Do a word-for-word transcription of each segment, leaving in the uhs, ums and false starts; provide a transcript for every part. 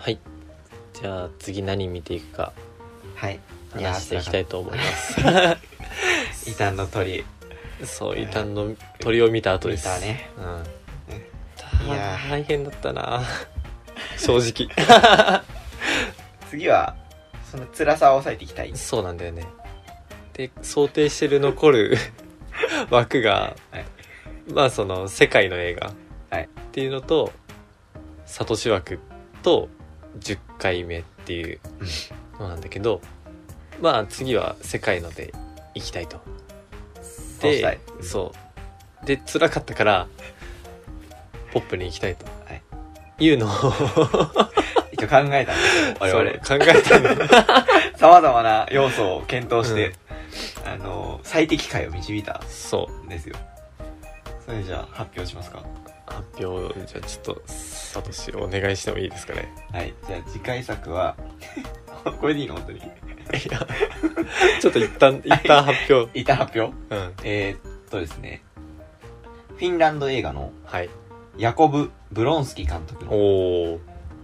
はい。じゃあ次何見ていくかはい話していきたいと思います異端の鳥。 そう異端の鳥を見た後です。 見たね、 うん、いや大変だったな正直次はその辛さを抑えていきたい。 そうなんだよね。で想定してる残る枠が、はい、まあその世界の映画、はい、っていうのとサトシ枠とじゅっかいめっていうのなんだけど、まあ次は世界ので行きたいと。でそう、うん、そうで辛かったからポップに行きたいと、はい、いうのを一応考えたんですよ我々。 考えたねさまざまな要素を検討して、うん、あの最適解を導いたんですよ。それじゃあ発表しますか。 発表じゃあちょっとサトシお願いしてもいいですかね。 はい、じゃあ次回作はこれでいいの本当に。いやちょっと一旦一旦発表一旦発表、 うん、 えー、っとですねフィンランド映画の、 はい、 ヤコブ・ブロンスキ監督のおー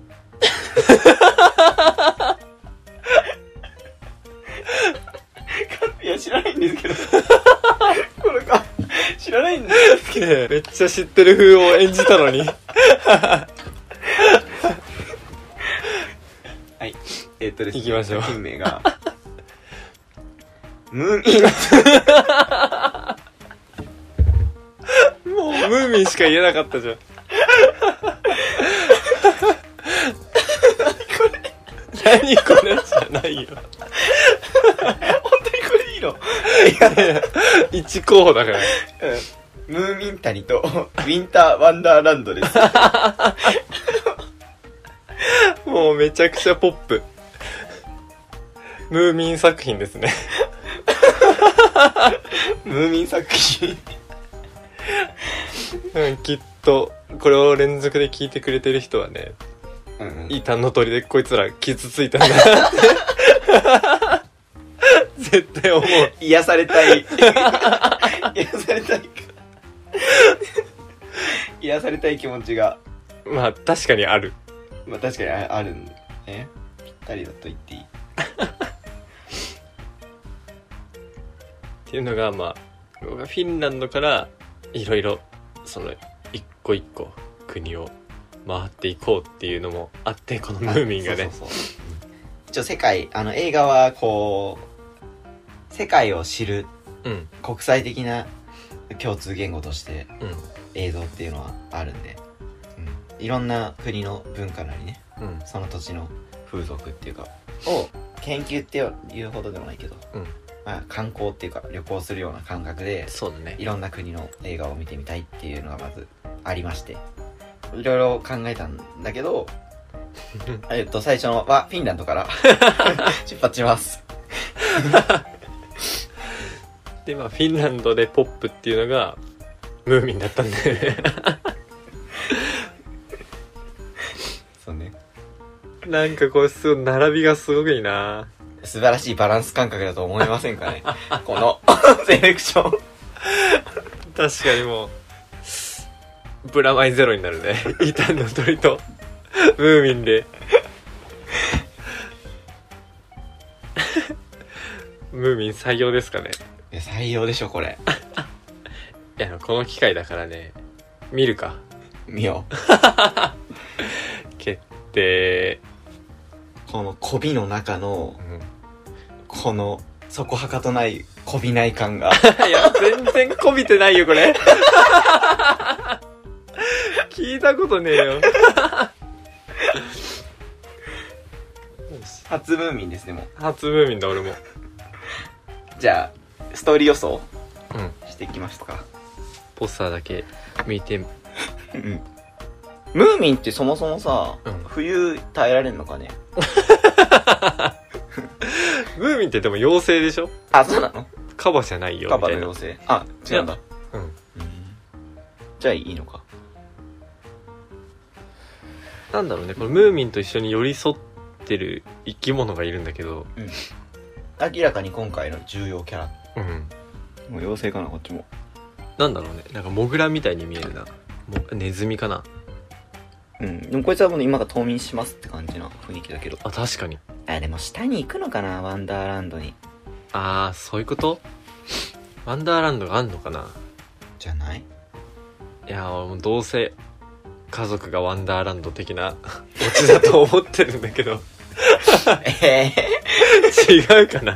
いや知らないんですけどこれか知らないんですけどめっちゃ知ってる風を演じたのにはいえー、っとですね行きましょう。 作品名がムーミンもうムーミンしか言えなかったじゃん何これじゃないよ本当にこれいいの。 いやいや一候補だから、 うん、ムーミン谷とウィンターワンダーランドですもうめちゃくちゃポップムーミン作品ですねムーミン作品うん、きっとこれを連続で聞いてくれてる人はね、うんうん、異端の鳥でこいつら傷ついたんだなって絶対思う。 癒されたい癒されたい癒されたい気持ちがまあ確かにある。 まあ確かにあるんね。ぴったりだと言っていいっていうのがまあフィンランドからいろいろその一個一個国を回っていこうっていうのもあってこのムーミンがね。そうそうそう一応世界あの映画はこう世界を知る、 うん、 国際的な共通言語として、 うん、 映像っていうのはあるんで、うん、いろんな国の文化なりね、うん、その土地の風俗っていうかを研究っていうほどでもないけど、うんまあ、観光っていうか旅行するような感覚でそうだね、 いろんな国の映画を見てみたいっていうのがまずありましていろいろ考えたんだけどえっと最初のはフィンランドから出発しますでまあフィンランドでポップっていうのがムーミンだったんでねそうねなんかこれすごい並びがすごくいいな。 素晴らしいバランス感覚だと思いませんかねこのセレクション確かにもうプラマイゼロになるね異端の鳥とムーミンでムーミン採用ですかね。 いや採用でしょこれいやこの機会だからね見るか見よう決定。 この媚びの中の、うん、このそこはかとない媚びない感がいや全然媚びてないよこれ聞いたことねえよ初ムーミンですね。もう初ムーミンだ俺も。 じゃあストーリー予想、うん、していきますか。 ポスターだけ見て、うん、 ムーミンってそもそもさ、うん、冬耐えられんのかねムーミンってでも妖精でしょ。 あ、そうなの。 カバじゃないよカバの妖精。あ、違うんだ。 うん、うん、 じゃあいいのか。 なんだろうねこれムーミンと一緒に寄り添ってる生き物がいるんだけど、 うん、明らかに今回の重要キャラ、 うん、 もう妖精かなこっちも。 なんだろうねなんかモグラみたいに見えるな。もネズミかな。 うん。でもこいつはもう今が冬眠しますって感じな雰囲気だけど。 あ、確かに。 あ、でも下に行くのかな、ワンダーランドに。 ああ、そういうこと？ワンダーランドがあんのかな？ じゃない？ いやもうどうせ家族がワンダーランド的なオチだと思ってるんだけどえー、違うかな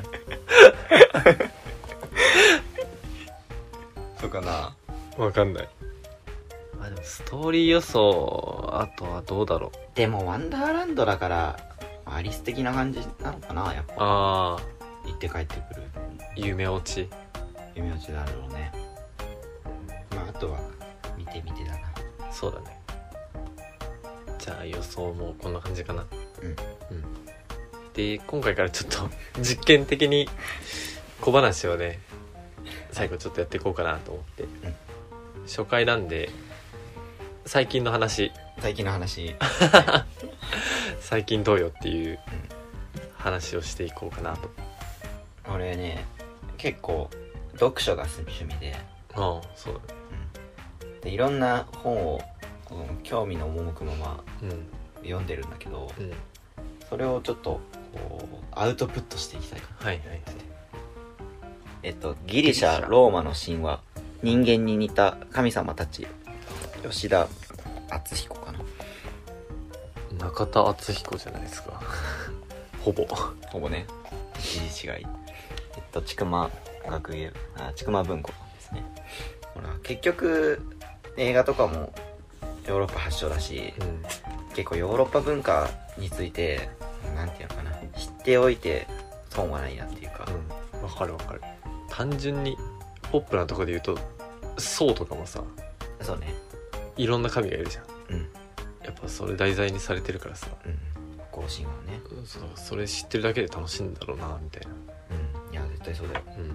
そうかな、 わかんない。まあでもストーリー予想、あとはどうだろう。 でもワンダーランドだからアリス的な感じなのかな、やっぱ。 ああ、 行って帰ってくる夢落ち夢落ちだろうね。まああとは見てみてだな。 そうだね。じゃあ予想もこんな感じかな。 うん、うん、 で今回からちょっと実験的に小話をね最後ちょっとやっていこうかなと思って、うん、初回なんで最近の話最近の話最近どうよっていう話をしていこうかなと。 俺ね結構読書が趣味で、 ああそうだね、 うん、でいろんな本を、うん、興味の赴くまま読んでるんだけど、うん、それをちょっとこうアウトプットしていきたいかな。 はいはいはい。 えっとギリシャローマの神話、人間に似た神様たち、吉田敦彦かな。 中田敦彦じゃないですかほぼほぼね、一時違い。えっと千曲学芸あ千曲文庫ですね。ほら結局映画とかもヨーロッパ発祥だし、うん、結構ヨーロッパ文化についてなんていうのかな、知っておいて損はないなっていうか。 うん、わかるわかる。単純にポップなところで言うと宋とかもさ、 そうね、 いろんな神がいるじゃん。うん、やっぱそれ題材にされてるからさ、うん、 更新はね、 そう、それ知ってるだけで楽しいんだろうなみたいな。 うん、いや絶対そうだよ、うん、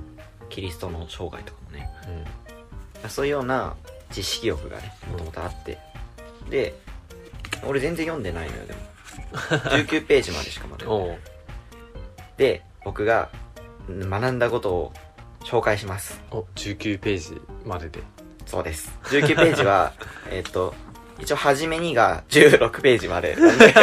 キリストの生涯とかもね、うん、そういうような知識欲がねもともとあって、うん、で俺全然読んでないのよ。でもじゅうきゅうページまでしかまだ読んでないで僕が学んだことを紹介します。 お、じゅうきゅうページまでで。 そうです。じゅうきゅうページはえっと一応初めにがじゅうろくページまで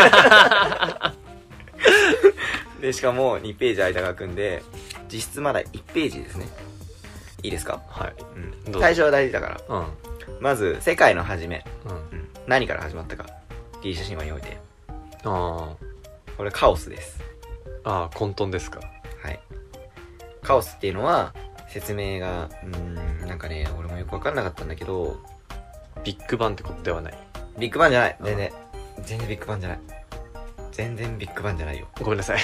でしかもにページ間が空くんで実質まだいちページですね。いいですか？ はい、 うん、最初は大事だから、うん、まず世界の初め、うんうん、何から始まったか、ギリシャ神話において。ああ、これカオスです。 ああ、混沌ですか？ はい。カオスっていうのは説明がうーんなんかね俺もよく分かんなかったんだけど、 ビッグバンってことではない。 ビッグバンじゃない。全然全然ビッグバンじゃない。全然ビッグバンじゃないよ。 ごめんなさい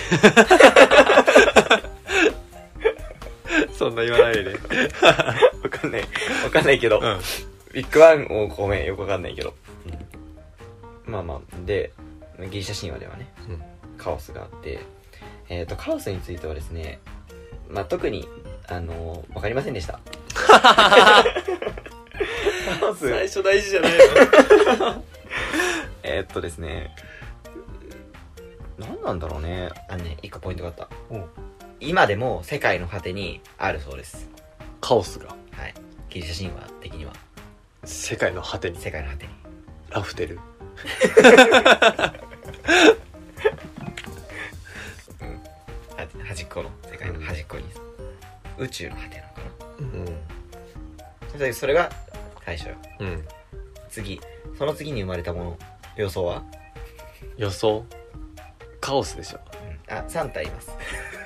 そんな言わないで分かんない分かんないけど、うん、ビッグバンをごめんよく分かんないけど、うん、まあまあでギリシャ神話ではね、うん、カオスがあって、えっとカオスについてはですね、まあ特にあのー、分かりませんでしたカオス最初大事じゃないのえっとですね、何なんだろうね。あのね、一個ポイントがあった。今でも世界の果てにあるそうです。 カオスが。 はい。ギリシャ神話的には。 世界の果てに。 世界の果てに。 ラフテル。 うん。端っこの世界の端っこに、うん、宇宙の果てなのかな。うん。それが最初よ。うん。次、その次に生まれたもの。予想は？ 予想？カオスでしょ。 うん、あ、さん体います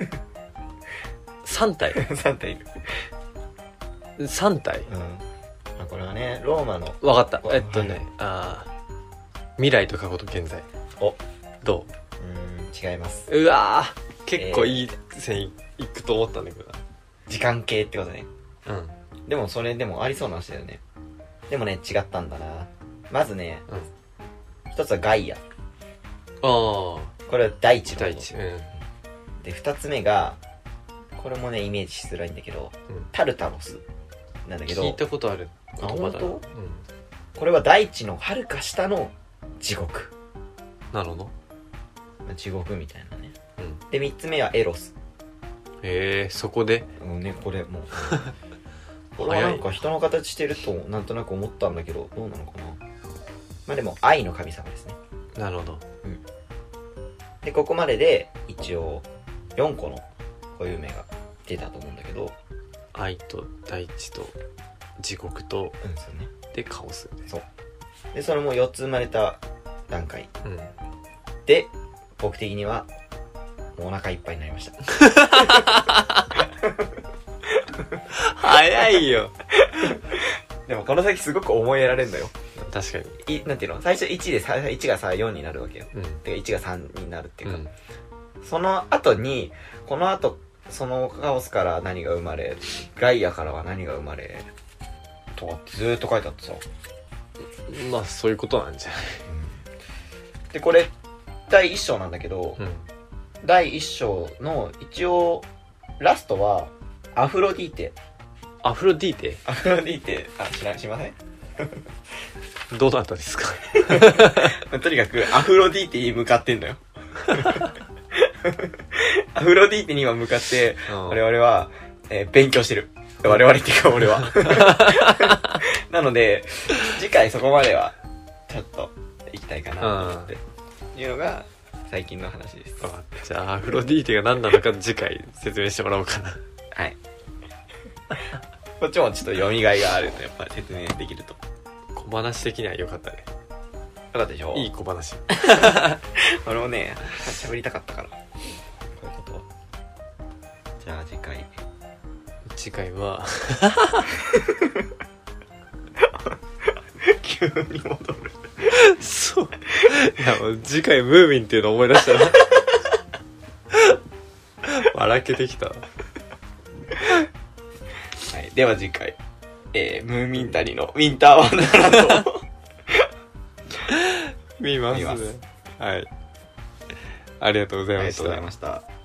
さん体さん体いるさん体、うん、 まあ、これはねローマのわかった。えっとね、はい、あ未来と過去と現在。お、どう？ うーん、違います。 うわー、結構いい線いくと思ったんだけどな。 時間系ってことね。うん。でもそれでもありそうな話だよね。でもね違ったんだな。まずね、うん、一つはガイア。ああ、これは大地のこと。大地、うん、で二つ目がこれもねイメージしづらいんだけど、うん、タルタロスなんだけど、 聞いたことある言葉だな。うん、 これは大地の遥か下の地獄。 なるほど。 地獄みたいなね、うん、で三つ目はエロス。 へえ、そこでうんね、これもうこれはなんか人の形してるとなんとなく思ったんだけどどうなのかな。 まあでも愛の神様ですね。 なるほど。 うん。でここまでで一応よんこの固有名が出たと思うんだけど、 愛と大地と地獄と、 うんそうね。 でカオス。 そう。でそれもよっつ生まれた段階。 うん。 で僕的にはもうお腹いっぱいになりました。 早いよ。 でもこの先すごく思いやられるのよ。 確かに。 いなんていうの、最初いちでさいちがさよんになるわけよ。 うん。 てかいちがさんになるっていうか、 うん、 その後にこの後そのカオスから何が生まれ、ガイアからは何が生まれとかってずーっと書いてあってさ。 まあそういうことなんじゃない。 うん、でこれだいいっ章なんだけど、 うん、 だいいっ章の一応ラストはアフロディーテ。 アフロディーテアフロディーテ、あ、知らん、しませんどなたですか？ とにかくアフロディーテに向かってんのよ。アフロディーテに今向かって我々は、えー、勉強してる。我々っていうか俺は。なので次回そこまではちょっと行きたいかなと思っていうのが最近の話です。 じゃあアフロディーテが何なのか次回説明してもらおうかな。 はい。こっちもちょっと読みがいがあるとやっぱり説明できると。 小話的には良かったね。 良かったでしょ。 いい小話。 俺もね喋りたかったから。こういうこと。じゃあ次回。 次回は急に戻る。 そう。いやもう次回ムーミンっていうのを思い出したら笑けてきた。 はい、では次回、えー、ムーミン谷のウィンターワンダーランドを見ますね。はい。ありがとうございました。 ありがとうございました。